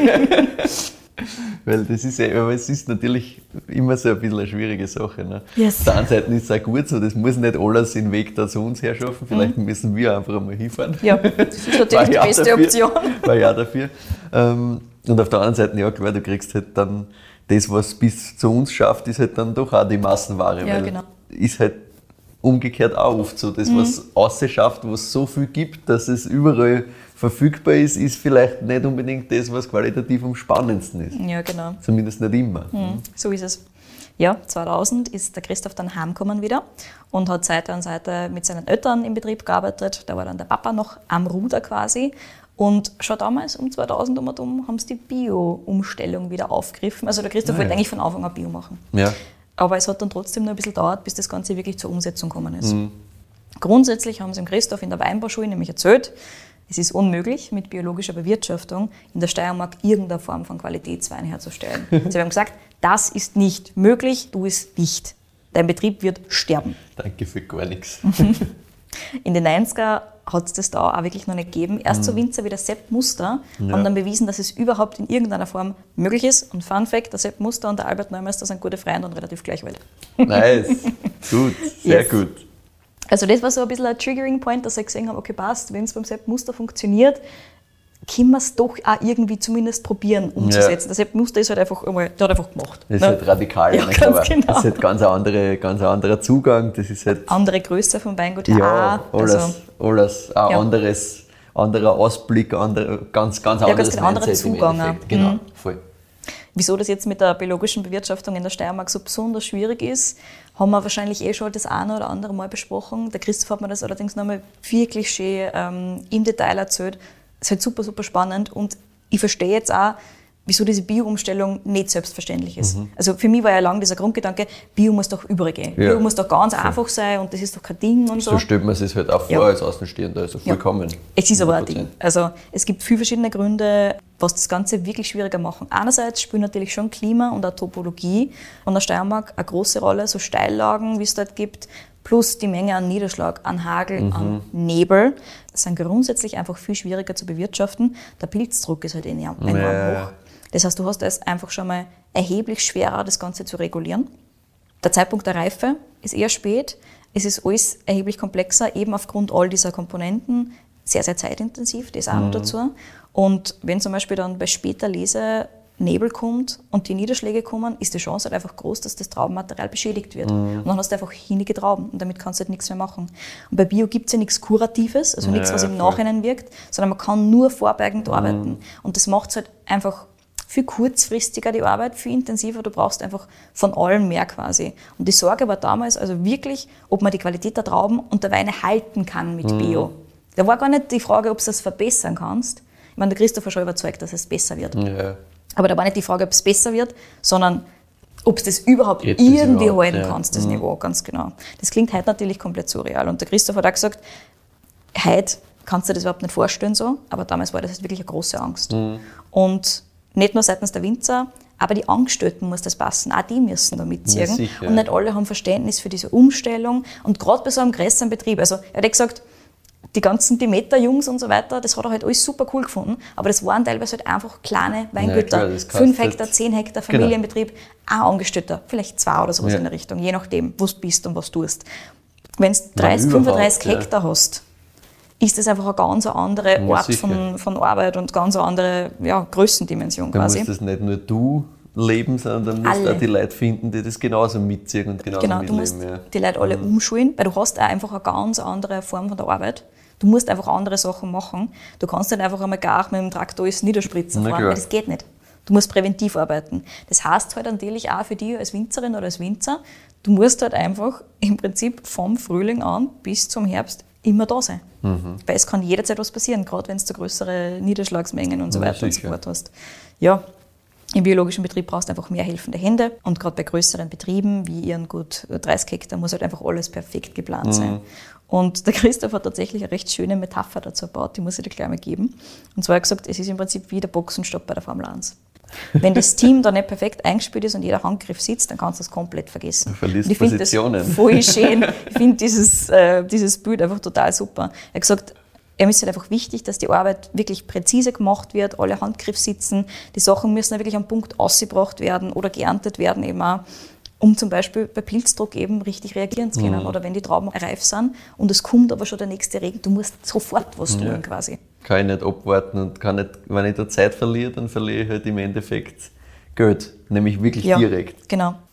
Weil das ist ja, aber es ist natürlich immer so ein bisschen eine schwierige Sache. Ne? Yes. Auf der einen Seite ist es auch gut so, das muss nicht alles den Weg da zu uns her schaffen. Vielleicht müssen wir einfach einmal hinfahren. Ja, das ist natürlich die beste Option. War ja dafür. Und auf der anderen Seite, ja klar, du kriegst halt dann das, was bis zu uns schafft, ist halt dann doch auch die Massenware. Ja, weil genau. Ist halt umgekehrt auch oft so. Das, was außen schafft, was es so viel gibt, dass es überall verfügbar ist, ist vielleicht nicht unbedingt das, was qualitativ am spannendsten ist. Ja, genau. Zumindest nicht immer. So ist es. Ja, 2000 ist der Christoph dann heimgekommen wieder und hat Seite an Seite mit seinen Eltern im Betrieb gearbeitet. Da war dann der Papa noch am Ruder quasi. Und schon damals, um 2000 haben sie die Bio-Umstellung wieder aufgegriffen. Also der Christoph wollte eigentlich von Anfang an Bio machen. Ja. Aber es hat dann trotzdem noch ein bisschen gedauert, bis das Ganze wirklich zur Umsetzung gekommen ist. Grundsätzlich haben sie dem Christoph in der Weinbauschule nämlich erzählt, es ist unmöglich, mit biologischer Bewirtschaftung in der Steiermark irgendeine Form von Qualitätswein herzustellen. Sie haben gesagt, das ist nicht möglich, tu es nicht. Dein Betrieb wird sterben. Danke für gar nichts. In den 90er hat es das da auch wirklich noch nicht gegeben. Erst so Winzer wie der Sepp Muster haben dann bewiesen, dass es überhaupt in irgendeiner Form möglich ist. Und Fun Fact, der Sepp Muster und der Albert Neumeister sind gute Freunde und relativ gleich alt. Nice, gut, sehr gut. Also das war so ein bisschen ein Triggering Point, dass ich gesehen habe, okay, passt, wenn es beim Sepp Muster funktioniert, können wir es doch auch irgendwie zumindest probieren umzusetzen. Der Sepp Muster ist halt einfach einmal, der hat einfach gemacht. Das ist halt radikal. Ja, ganz genau. Das ist halt ganz anderer Zugang. Das ist halt andere Größe vom Weingut. Ja, alles. Ein Ja. Anderer Ausblick, ganz anderes genau, anderer Mindset im Zugang Endeffekt. auch. Genau, voll. Wieso das jetzt mit der biologischen Bewirtschaftung in der Steiermark so besonders schwierig ist, haben wir wahrscheinlich schon das eine oder andere Mal besprochen. Der Christoph hat mir das allerdings nochmal wirklich schön im Detail erzählt. Es ist halt super, super spannend und ich verstehe jetzt auch, wieso diese Bio-Umstellung nicht selbstverständlich ist. Also für mich war ja lange dieser Grundgedanke, Bio muss doch überall gehen. Ja. Bio muss doch ganz einfach sein und das ist doch kein Ding und so. So stellt man sich halt auch vor als Außenstehender, also vollkommen. Es ist aber ein 100%. Ding. Also es gibt viele verschiedene Gründe, was das Ganze wirklich schwieriger machen. Einerseits spielen natürlich schon Klima und auch Topologie von der Steiermark eine große Rolle, so Steillagen, wie es dort gibt, plus die Menge an Niederschlag, an Hagel, an Nebel. Das sind grundsätzlich einfach viel schwieriger zu bewirtschaften. Der Pilzdruck ist halt enorm hoch. Das heißt, du hast es einfach schon mal erheblich schwerer, das Ganze zu regulieren. Der Zeitpunkt der Reife ist eher spät. Es ist alles erheblich komplexer, eben aufgrund all dieser Komponenten. Sehr, sehr zeitintensiv, das auch noch dazu. Und wenn zum Beispiel dann bei später Lese Nebel kommt und die Niederschläge kommen, ist die Chance halt einfach groß, dass das Traubenmaterial beschädigt wird. Und dann hast du einfach hinige Trauben und damit kannst du halt nichts mehr machen. Und bei Bio gibt es ja nichts Kuratives, also nichts, was im Nachhinein wirkt, sondern man kann nur vorbeugend arbeiten. Und das macht es halt einfach viel kurzfristiger die Arbeit, viel intensiver. Du brauchst einfach von allem mehr quasi. Und die Sorge war damals also wirklich, ob man die Qualität der Trauben und der Weine halten kann mit Bio. Da war gar nicht die Frage, ob du das verbessern kannst. Ich meine, der Christoph war schon überzeugt, dass es besser wird. Ja. Aber da war nicht die Frage, ob es besser wird, sondern ob du das überhaupt Geht das irgendwie überhaupt, halten ja. kannst, das Niveau, ganz genau. Das klingt heute natürlich komplett surreal. Und der Christoph hat auch gesagt, heute kannst du dir das überhaupt nicht vorstellen so, aber damals war das wirklich eine große Angst. Und nicht nur seitens der Winzer, aber die Angestellten muss das passen, auch die müssen da mitziehen. Ja, sicher. Und nicht alle haben Verständnis für diese Umstellung. Und gerade bei so einem größeren Betrieb, also er hat gesagt, die ganzen Demeter-Jungs und so weiter, das hat er halt alles super cool gefunden, aber das waren teilweise halt einfach kleine Weingüter. Ja, klar, 5 Hektar, 10 Hektar Familienbetrieb, ein Angestellter, vielleicht 2 oder sowas Ja. in der Richtung, je nachdem, wo du bist und was du tust. Wenn du 30, überhaupt, 35 ja. Hektar hast, ist das einfach eine ganz andere Art sicher. von Arbeit und ganz eine andere Größendimension Da quasi. musst das nicht nur du leben, sondern da musst Alle. auch die Leute finden, die das genauso mitziehen und genauso Genau, du musst mitleben. die Leute alle umschulen, weil du hast auch einfach eine ganz andere Form von der Arbeit. Du musst einfach andere Sachen machen. Du kannst nicht einfach einmal gar mit dem Traktor alles niederspritzen Na fahren, klar. weil das geht nicht. Du musst präventiv arbeiten. Das heißt halt natürlich auch für dich als Winzerin oder als Winzer, du musst halt einfach im Prinzip vom Frühling an bis zum Herbst immer da sein. Weil es kann jederzeit was passieren, gerade wenn du größere Niederschlagsmengen und so Ja, weiter und so sicher. fort hast. Ja, im biologischen Betrieb brauchst du einfach mehr helfende Hände und gerade bei größeren Betrieben wie ihren gut 30 Hektar muss halt einfach alles perfekt geplant sein. Und der Christoph hat tatsächlich eine recht schöne Metapher dazu gebaut, die muss ich dir gleich mal geben. Und zwar hat er gesagt, es ist im Prinzip wie der Boxenstopp bei der Formel 1. Wenn das Team da nicht perfekt eingespielt ist und jeder Handgriff sitzt, dann kannst du das komplett vergessen. Du verlierst Und ich finde Positionen. das voll schön. Ich finde dieses Bild einfach total super. Er hat gesagt, ihm ist halt einfach wichtig, dass die Arbeit wirklich präzise gemacht wird, alle Handgriff sitzen, die Sachen müssen wirklich am Punkt ausgebracht werden oder geerntet werden eben auch, um zum Beispiel bei Pilzdruck eben richtig reagieren zu können oder wenn die Trauben reif sind und es kommt aber schon der nächste Regen, du musst sofort was tun quasi. Kann ich nicht abwarten und kann nicht, wenn ich da Zeit verliere, dann verliere ich halt im Endeffekt Geld, nämlich wirklich direkt. Genau.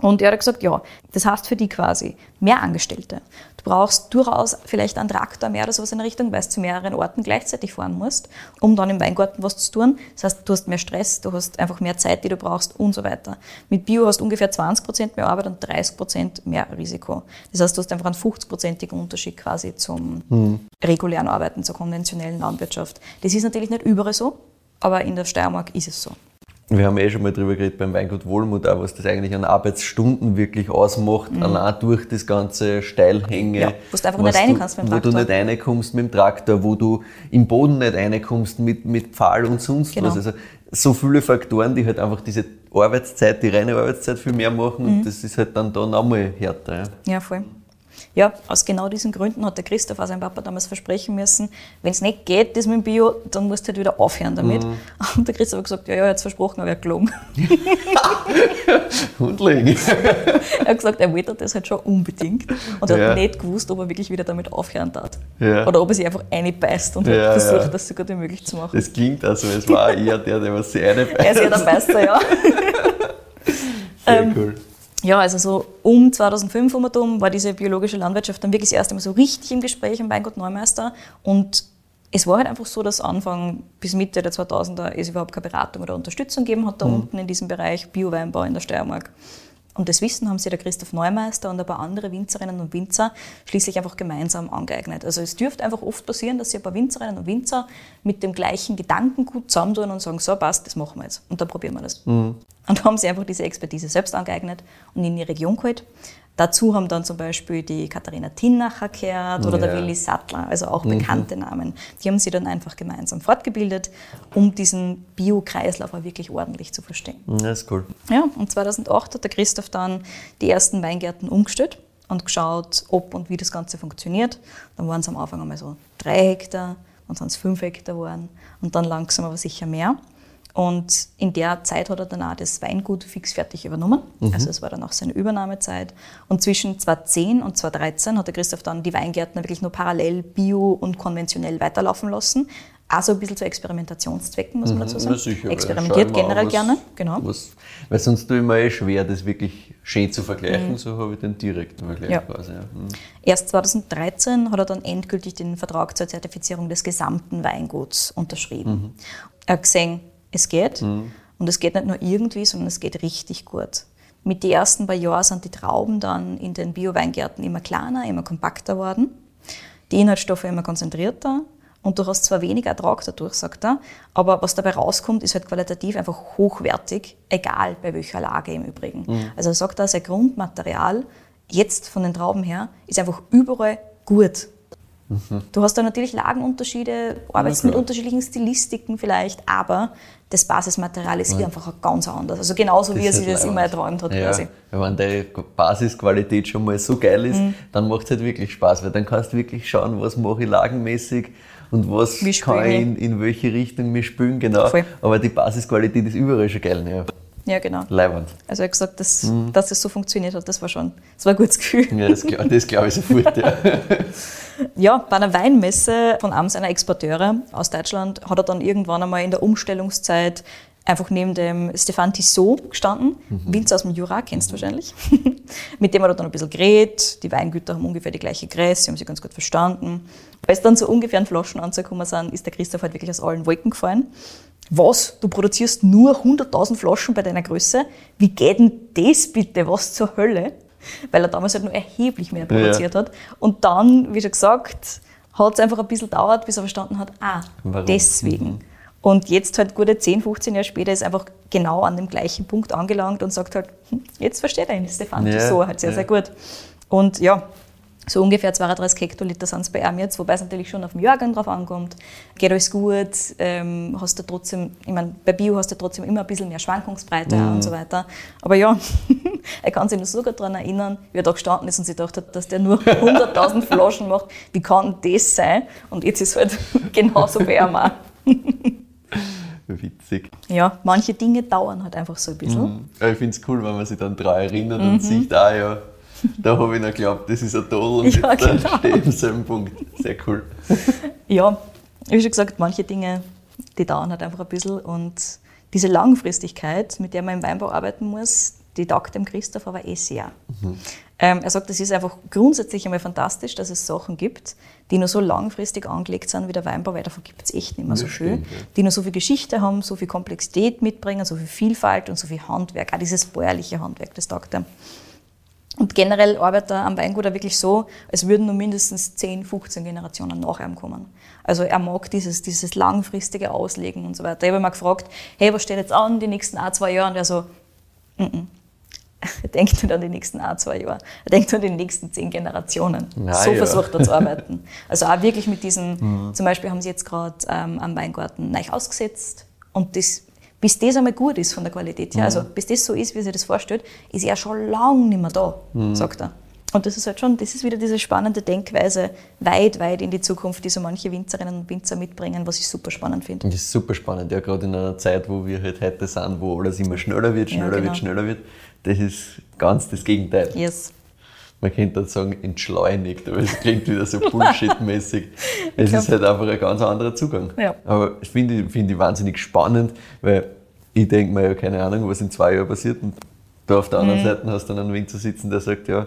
Und er hat gesagt, ja, das heißt für die quasi mehr Angestellte. Du brauchst durchaus vielleicht einen Traktor mehr oder sowas in der Richtung, weil du zu mehreren Orten gleichzeitig fahren musst, um dann im Weingarten was zu tun. Das heißt, du hast mehr Stress, du hast einfach mehr Zeit, die du brauchst und so weiter. Mit Bio hast du ungefähr 20% mehr Arbeit und 30% mehr Risiko. Das heißt, du hast einfach einen 50%igen Unterschied quasi zum regulären Arbeiten, zur konventionellen Landwirtschaft. Das ist natürlich nicht überall so, aber in der Steiermark ist es so. Wir haben schon mal drüber geredet beim Weingut Wohlmuth, auch was das eigentlich an Arbeitsstunden wirklich ausmacht, allein durch das ganze Steilhänge. Ja, wo du einfach nicht rein kannst mit dem Traktor. Wo du nicht reinkommst mit dem Traktor, wo du im Boden nicht reinkommst mit Pfahl und sonst was. Also so viele Faktoren, die halt einfach diese Arbeitszeit, die reine Arbeitszeit viel mehr machen und das ist halt dann da nochmal härter. Ja, voll. Ja, aus genau diesen Gründen hat der Christoph auch seinem Papa damals versprechen müssen, wenn es nicht geht, das mit dem Bio, dann musst du halt wieder aufhören damit. Und der Christoph hat gesagt, ja, er hat es versprochen, aber er hat gelogen. Hundling. Er hat gesagt, er wollte das halt schon unbedingt und er hat nicht gewusst, ob er wirklich wieder damit aufhören darf. Ja. Oder ob er sich einfach reinbeißt und halt versucht, das so gut wie möglich zu machen. Das klingt also, es war eher der was sich reinbeißt. Er ist ja der Meister, ja. Sehr cool. Ja, also so um 2005 war diese biologische Landwirtschaft dann wirklich das erste Mal so richtig im Gespräch im Weingut Neumeister. Und es war halt einfach so, dass Anfang bis Mitte der 2000er es überhaupt keine Beratung oder Unterstützung gegeben hat da unten in diesem Bereich Bio-Weinbau in der Steiermark. Und das Wissen haben sich der Christoph Neumeister und ein paar andere Winzerinnen und Winzer schließlich einfach gemeinsam angeeignet. Also es dürfte einfach oft passieren, dass sich ein paar Winzerinnen und Winzer mit dem gleichen Gedankengut zusammentun und sagen, so passt, das machen wir jetzt und dann probieren wir das. Und haben sie einfach diese Expertise selbst angeeignet und in die Region geholt. Dazu haben dann zum Beispiel die Katharina Tinnacher gehört oder der Willi Sattler, also auch bekannte Namen. Die haben sie dann einfach gemeinsam fortgebildet, um diesen Bio-Kreislauf auch wirklich ordentlich zu verstehen. Das ist cool. Ja, und 2008 hat der Christoph dann die ersten Weingärten umgestellt und geschaut, ob und wie das Ganze funktioniert. Dann waren es am Anfang einmal so 3 Hektar, dann sind es 5 Hektar geworden und dann langsam aber sicher mehr. Und in der Zeit hat er dann auch das Weingut fix fertig übernommen. Also es war dann auch seine Übernahmezeit. Und zwischen 2010 und 2013 hat der Christoph dann die Weingärten wirklich nur parallel bio und konventionell weiterlaufen lassen. Also ein bisschen zu Experimentationszwecken, muss man dazu sagen. Sicher, experimentiert generell gerne. Genau. Weil sonst tue ich mir schwer, das wirklich schön zu vergleichen. So habe ich den direkten Vergleich quasi. Erst 2013 hat er dann endgültig den Vertrag zur Zertifizierung des gesamten Weinguts unterschrieben. Er hat gesehen, es geht. Und es geht nicht nur irgendwie, sondern es geht richtig gut. Mit den ersten paar Jahren sind die Trauben dann in den Bio-Weingärten immer kleiner, immer kompakter geworden. Die Inhaltsstoffe immer konzentrierter. Und du hast zwar weniger Ertrag dadurch, sagt er, aber was dabei rauskommt, ist halt qualitativ einfach hochwertig, egal bei welcher Lage im Übrigen. Also er sagt, sein Grundmaterial, jetzt von den Trauben her, ist einfach überall gut. Du hast da natürlich Lagenunterschiede, arbeitest mit unterschiedlichen Stilistiken vielleicht, aber das Basismaterial ist hier einfach ganz anders. Also genauso wie er sich das immer erträumt hat quasi. Ja, wenn die Basisqualität schon mal so geil ist, dann macht es halt wirklich Spaß, weil dann kannst du wirklich schauen, was mache ich lagenmäßig und was kann ich in welche Richtung mir spülen, genau. Voll. Aber die Basisqualität ist überall schon geil. Ja. Ja, genau. Leibend. Also er hat gesagt, dass es so funktioniert hat, das war ein gutes Gefühl. Ja, das glaube ich sofort, ja. Ja, bei einer Weinmesse von einem seiner Exporteure aus Deutschland hat er dann irgendwann einmal in der Umstellungszeit einfach neben dem Stéphane Tissot gestanden, Winzer aus dem Jura, kennst du wahrscheinlich. Mit dem hat er dann ein bisschen geredet, die Weingüter haben ungefähr die gleiche Größe, haben sich ganz gut verstanden. Als dann so ungefähr an Flaschen anzukommen sind, ist der Christoph halt wirklich aus allen Wolken gefallen. Was? Du produzierst nur 100.000 Flaschen bei deiner Größe? Wie geht denn das bitte? Was zur Hölle? Weil er damals halt nur erheblich mehr produziert hat. Und dann, wie schon gesagt, hat es einfach ein bisschen gedauert, bis er verstanden hat, warum? Deswegen. Und jetzt halt gute 10, 15 Jahre später ist er einfach genau an dem gleichen Punkt angelangt und sagt halt, jetzt versteht er ihn, Stéphane Tissot halt sehr, sehr gut. Und ja, so ungefähr 32 Hektoliter sind es bei ihm jetzt, wobei es natürlich schon auf den Jahrgang drauf ankommt. Geht alles gut, hast du trotzdem, ich meine, bei Bio hast du trotzdem immer ein bisschen mehr Schwankungsbreite und so weiter. Aber ja, er kann sich noch so gut daran erinnern, wie er da gestanden ist und sich gedacht hat, dass der nur 100.000 Flaschen macht. Wie kann das sein? Und jetzt ist es halt genauso bei ihm auch. Witzig. Ja, manche Dinge dauern halt einfach so ein bisschen. Ja, ich finde es cool, wenn man sich dann daran erinnert und sieht, ja, da habe ich noch geglaubt, das ist ein Toll und ja, jetzt stehe ich am selben Punkt. Sehr cool. Ja, wie schon gesagt, manche Dinge, die dauern halt einfach ein bisschen und diese Langfristigkeit, mit der man im Weinbau arbeiten muss, die taugt dem Christoph aber sehr. Er sagt, es ist einfach grundsätzlich einmal fantastisch, dass es Sachen gibt, die nur so langfristig angelegt sind wie der Weinbau, weil davon gibt es echt nicht mehr so viel, die nur so viel Geschichte haben, so viel Komplexität mitbringen, so viel Vielfalt und so viel Handwerk, auch dieses bäuerliche Handwerk, das taugt er. Und generell arbeitet er am Weingut auch wirklich so, als würden nur mindestens 10, 15 Generationen nach ihm kommen. Also er mag dieses langfristige Auslegen und so weiter. Ich habe ihn mal gefragt, hey, was steht jetzt an die nächsten 1-2 Jahre? Und er so, er denkt nicht an die nächsten 1-2 Jahre. Er denkt an die nächsten 10 Generationen. Versucht er zu arbeiten. Also auch wirklich mit diesen, zum Beispiel haben sie jetzt gerade am Weingarten neu ausgesetzt und bis das einmal gut ist von der Qualität her, also bis das so ist, wie er sich das vorstellt, ist er schon lange nicht mehr da, sagt er. Und das ist halt schon, das ist wieder diese spannende Denkweise weit, weit in die Zukunft, die so manche Winzerinnen und Winzer mitbringen, was ich super spannend finde. Das ist super spannend, ja, gerade in einer Zeit, wo wir halt heute sind, wo alles immer schneller wird, schneller wird. Das ist ganz das Gegenteil. Yes. Man könnte dann sagen, entschleunigt, aber es klingt wieder so Bullshit-mäßig. Es ist halt einfach ein ganz anderer Zugang. Ja. Aber das finde ich wahnsinnig spannend, weil ich denke mir ja, keine Ahnung, was in 2 Jahren passiert. Und da auf der anderen Seite hast du dann einen Winzer sitzen, der sagt, ja,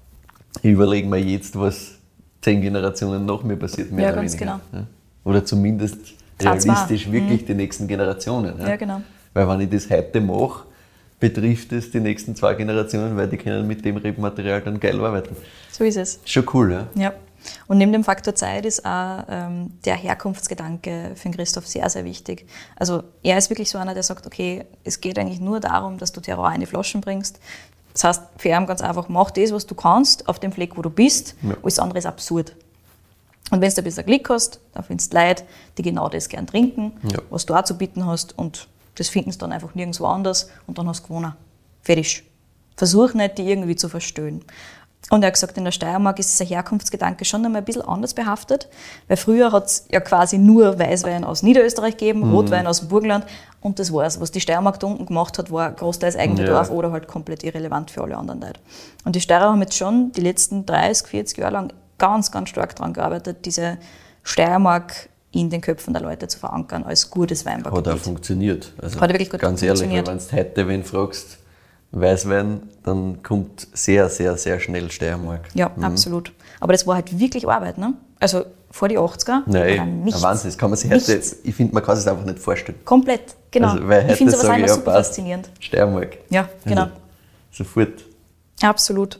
ich überlege mir jetzt, was 10 Generationen nach mir passiert, mehr oder weniger. Genau. Ja. Oder zumindest realistisch wirklich die nächsten Generationen. Ja. Ja, genau. Weil wenn ich das heute mache, betrifft es die nächsten 2 Generationen, weil die können mit dem Rebmaterial dann geil arbeiten. So ist es. Schon cool, ja? Ja. Und neben dem Faktor Zeit ist auch der Herkunftsgedanke für den Christoph sehr, sehr wichtig. Also er ist wirklich so einer, der sagt, okay, es geht eigentlich nur darum, dass du Terroir in die Flaschen bringst. Das heißt, für ihn ganz einfach, mach das, was du kannst, auf dem Fleck, wo du bist. Ja. Alles andere ist absurd. Und wenn du ein bisschen Glück hast, dann findest du Leute, die genau das gern trinken, was du auch zu bieten hast. Und das finden sie dann einfach nirgendwo anders und dann hast du gewonnen. Fertig. Versuch nicht, die irgendwie zu verstören. Und er hat gesagt, in der Steiermark ist dieser Herkunftsgedanke schon einmal ein bisschen anders behaftet, weil früher hat es ja quasi nur Weißwein aus Niederösterreich gegeben, Rotwein aus dem Burgenland und das war's. Was die Steiermark da unten gemacht hat, war großteils eigene Dorf oder halt komplett irrelevant für alle anderen Leute. Und die Steirer haben jetzt schon die letzten 30, 40 Jahre lang ganz, ganz stark daran gearbeitet, diese Steiermark in den Köpfen der Leute zu verankern als gutes Weinbaugebiet. Hat auch funktioniert. Also hat wirklich gut ganz funktioniert. Ganz ehrlich, wenn du heute wen fragst, Weißwein, dann kommt sehr, sehr, sehr schnell Steiermark. Ja, absolut. Aber das war halt wirklich Arbeit, ne? Also vor die 80er war nichts. Wahnsinn, das kann man sich heute, ich finde, man kann sich einfach nicht vorstellen. Komplett, genau. Also, ich finde sowas einmal super faszinierend. Steiermark. Ja, genau. Also, sofort. Absolut.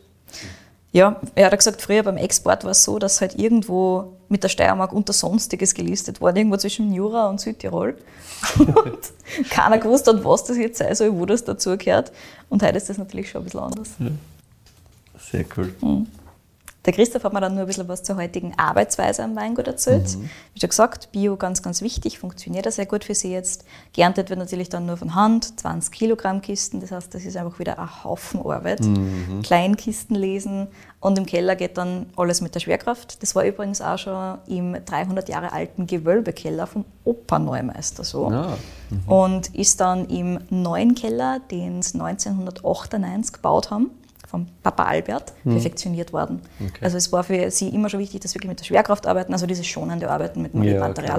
Ja, er hat gesagt, früher beim Export war es so, dass halt irgendwo mit der Steiermark unter Sonstiges gelistet wurde, irgendwo zwischen Jura und Südtirol. Und keiner gewusst hat, was das jetzt sein soll, wo das dazugehört. Und heute ist das natürlich schon ein bisschen anders. Ja. Sehr cool. Der Christoph hat mir dann nur ein bisschen was zur heutigen Arbeitsweise am Weingut erzählt. Wie schon gesagt, Bio ganz, ganz wichtig, funktioniert auch sehr gut für Sie jetzt. Geerntet wird natürlich dann nur von Hand, 20 Kilogramm Kisten, das heißt, das ist einfach wieder ein Haufen Arbeit. Kleinkisten lesen und im Keller geht dann alles mit der Schwerkraft. Das war übrigens auch schon im 300 Jahre alten Gewölbekeller vom Opa Neumeister so. Ja. Und ist dann im neuen Keller, den sie 1998 gebaut haben, vom Papa Albert, perfektioniert worden. Okay. Also es war für sie immer schon wichtig, dass wir wirklich mit der Schwerkraft arbeiten, also dieses schonende Arbeiten mit dem Material.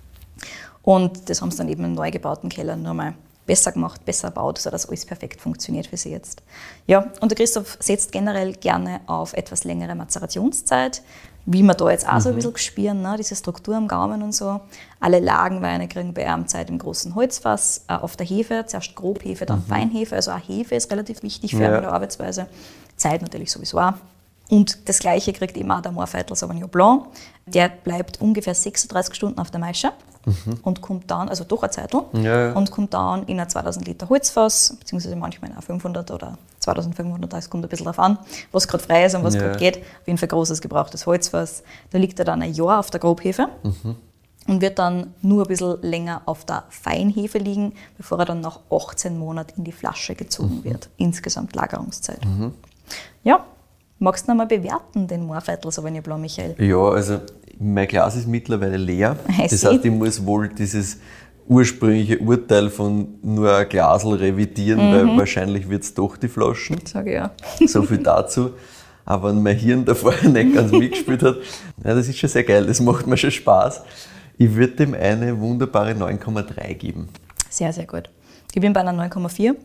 Und das haben sie dann eben im neu gebauten Keller nochmal besser gemacht, besser gebaut, sodass alles perfekt funktioniert für sie jetzt. Ja, und der Christoph setzt generell gerne auf etwas längere Mazerationszeit, wie wir da jetzt auch so ein bisschen spüren, ne? Diese Struktur am Gaumen und so. Alle Lagenweine kriegen bei ihm Zeit im großen Holzfass, auf der Hefe, zuerst Grobhefe, dann Feinhefe, also auch Hefe ist relativ wichtig für eine Arbeitsweise. Zeit natürlich sowieso auch. Und das Gleiche kriegt eben auch der Moorviertel Sauvignon Blanc. Der bleibt ungefähr 36 Stunden auf der Maische und kommt dann, also doch eine Zeitung, und kommt dann in ein 2000 Liter Holzfass, beziehungsweise manchmal in ein 500 oder 2500, das kommt ein bisschen darauf an, was gerade frei ist und was gerade geht. Auf jeden Fall großes gebrauchtes Holzfass. Da liegt er dann ein Jahr auf der Grobhefe und wird dann nur ein bisschen länger auf der Feinhefe liegen, bevor er dann nach 18 Monaten in die Flasche gezogen wird. Insgesamt Lagerungszeit. Ja. Magst du noch mal bewerten, den Moorviertel Sauvignon Blanc, Michael? Ja, also mein Glas ist mittlerweile leer. Das heißt, ich muss wohl dieses ursprüngliche Urteil von nur ein Glasl revidieren, weil wahrscheinlich wird es doch die Flaschen. Sage ja. So viel dazu. Aber wenn mein Hirn davor nicht ganz mitgespielt hat, ja, das ist schon sehr geil, das macht mir schon Spaß. Ich würde dem eine wunderbare 9,3 geben. Sehr, sehr gut. Ich bin bei einer 9,4.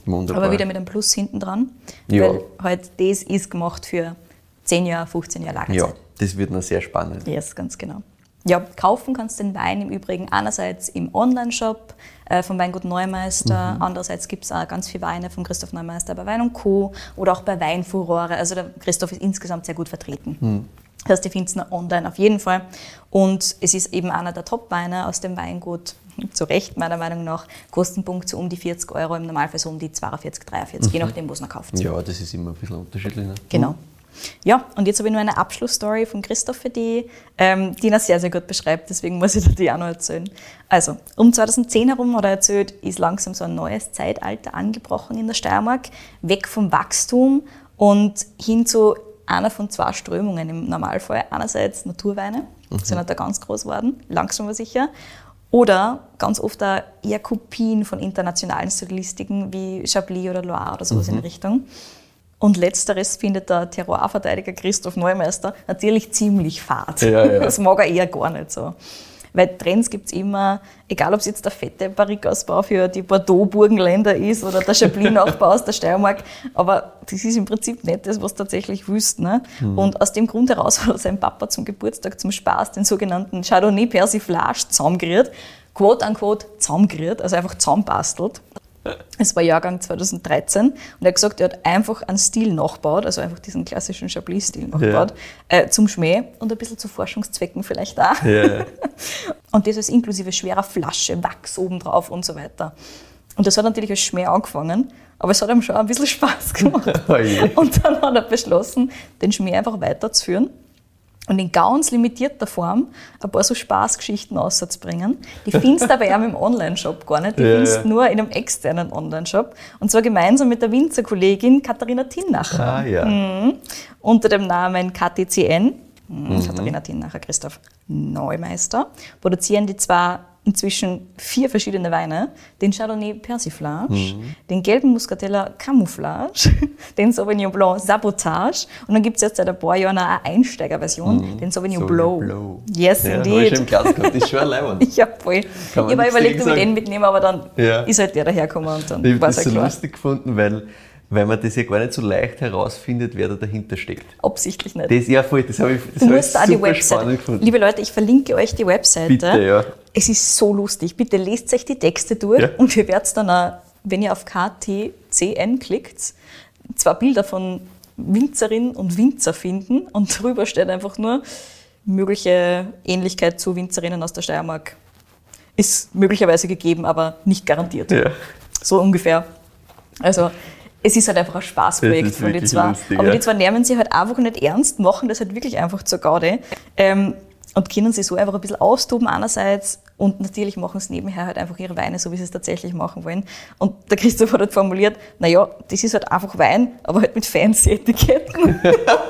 Wunderbar. Aber wieder mit einem Plus hinten dran, Ja. weil halt das ist gemacht für 10 Jahre, 15 Jahre Lagerzeit. Ja, das wird noch sehr spannend. Yes, ganz genau. Ja, kaufen kannst du den Wein im Übrigen einerseits im Online-Shop vom Weingut Neumeister, andererseits gibt es auch ganz viele Weine von Christoph Neumeister bei Wein & Co. oder auch bei Weinfurore. Also der Christoph ist insgesamt sehr gut vertreten. Das heißt, ihr findet es online auf jeden Fall. Und es ist eben einer der Top-Weine aus dem Weingut, zu Recht meiner Meinung nach, Kostenpunkt so um die 40 €, im Normalfall so um die 42, 43, je nachdem, wo es noch kauft. Ja, das ist immer ein bisschen unterschiedlich. Ne? Genau. Ja, und jetzt habe ich nur eine Abschlussstory von Christoph für die ihn sehr, sehr gut beschreibt, deswegen muss ich dir die auch noch erzählen. Also, um 2010 herum, hat er erzählt, ist langsam so ein neues Zeitalter angebrochen in der Steiermark, weg vom Wachstum und hin zu einer von 2 Strömungen im Normalfall. Einerseits Naturweine, sind halt da ganz groß geworden, langsam aber sicher, oder ganz oft auch eher Kopien von internationalen Stilistiken wie Chablis oder Loire oder sowas in die Richtung. Und letzteres findet der Terroir-Verteidiger Christoph Neumeister natürlich ziemlich fad. Ja. Das mag er eher gar nicht so. Weil Trends gibt es immer, egal ob es jetzt der fette Barrique-Ausbau für die Bordeaux-Burgenländer ist oder der Chablis-Nachbau aus der Steiermark, aber das ist im Prinzip nicht das, was du tatsächlich willst. Ne? Und aus dem Grund heraus hat sein Papa zum Geburtstag zum Spaß den sogenannten Chardonnay Persiflage zusammengerührt, quote unquote zusammengerührt, also einfach zusammenbastelt. Es war Jahrgang 2013 und er hat gesagt, er hat einfach einen Stil nachgebaut, also einfach diesen klassischen Chablis-Stil nachgebaut, zum Schmäh und ein bisschen zu Forschungszwecken vielleicht auch. Ja. Und das ist inklusive schwerer Flasche, Wachs obendrauf und so weiter. Und das hat natürlich als Schmäh angefangen, aber es hat ihm schon ein bisschen Spaß gemacht. Oh je. Und dann hat er beschlossen, den Schmäh einfach weiterzuführen und in ganz limitierter Form ein paar so Spaßgeschichten rauszubringen. Die findest du aber auch im Online-Shop gar nicht, die findest du nur in einem externen Online-Shop. Und zwar gemeinsam mit der Winzerkollegin Katharina Tinnacher. Ah ja. Unter dem Namen KTCN, Katharina Tinnacher, Christoph Neumeister, produzieren die zwar inzwischen 4 verschiedene Weine, den Chardonnay Persiflage, den gelben Muscateller Camouflage, den Sauvignon Blanc Sabotage und dann gibt es jetzt seit ein paar Jahren auch eine Einsteigerversion, den Sauvignon Blanc. Yes, Ja, indeed. habe ich schon im Glas gehabt, das ist schon ein Leibwand. Ja, voll. Ich Kann man habe nichts überlegt, ob dagegen ich den sagen. mitnehme, aber dann Ja. ist halt der dahergekommen und dann Ich habe war das es so ja klar. lustig gefunden, weil man das ja gar nicht so leicht herausfindet, wer da dahinter steckt. Absichtlich nicht. Das ja voll, das habe ich Du musst da die super Webseite. spannend gefunden. Liebe Leute, ich verlinke euch die Webseite. Bitte, ja. Es ist so lustig. Bitte lest euch die Texte durch Ja. und ihr werdet dann auch, wenn ihr auf KTCN klickt, 2 Bilder von Winzerinnen und Winzer finden und drüber steht einfach nur mögliche Ähnlichkeit zu Winzerinnen aus der Steiermark. Ist möglicherweise gegeben, aber nicht garantiert. Ja. So ungefähr. Also es ist halt einfach ein Spaßprojekt Es ist von den wirklich zwei. lustig, aber ja. die zwei nehmen sich halt einfach nicht ernst, machen das halt wirklich einfach zur Gaude. Und können sich so einfach ein bisschen austoben einerseits und natürlich machen sie nebenher halt einfach ihre Weine, so wie sie es tatsächlich machen wollen. Und der Christoph hat halt formuliert, naja, das ist halt einfach Wein, aber halt mit fancy Etiketten.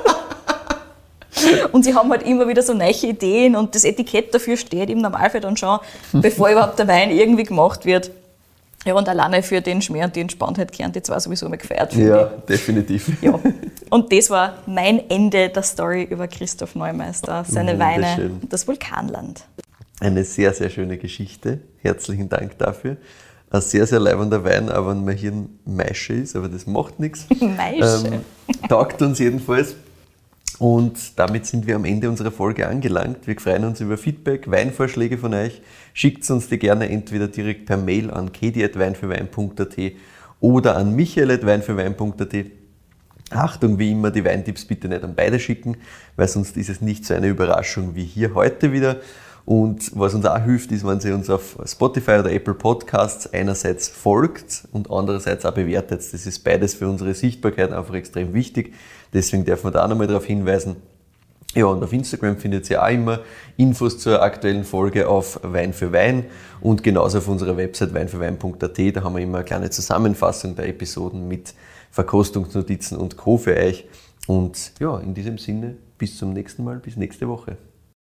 Und sie haben halt immer wieder so neue Ideen und das Etikett dafür steht im Normalfall dann schon, bevor überhaupt der Wein irgendwie gemacht wird. Ja, und alleine für den Schmäh und die Entspanntheit kehren die zwei sowieso mal gefeiert. finde Ja, definitiv. ja. Und das war mein Ende der Story über Christoph Neumeister, seine Weine Wunderschön. und das Vulkanland. Eine sehr, sehr schöne Geschichte. Herzlichen Dank dafür. Ein sehr, sehr leibender Wein, auch wenn mein Hirn Maische ist, aber das macht nichts. Maische. Taugt uns jedenfalls. Und damit sind wir am Ende unserer Folge angelangt. Wir freuen uns über Feedback, Weinvorschläge von euch. Schickt uns die gerne entweder direkt per Mail an kedi@weinfürwein.at oder an michael@weinfürwein.at. Achtung, wie immer, die Weintipps bitte nicht an beide schicken, weil sonst ist es nicht so eine Überraschung wie hier heute wieder. Und was uns auch hilft, ist, wenn Sie uns auf Spotify oder Apple Podcasts einerseits folgt und andererseits auch bewertet. Das ist beides für unsere Sichtbarkeit einfach extrem wichtig. Deswegen dürfen wir da auch nochmal darauf hinweisen. Ja, und auf Instagram findet ihr auch immer Infos zur aktuellen Folge auf Wein für Wein und genauso auf unserer Website weinfürwein.at. Da haben wir immer eine kleine Zusammenfassung der Episoden mit Verkostungsnotizen und Co. für euch. Und ja, in diesem Sinne, bis zum nächsten Mal, bis nächste Woche.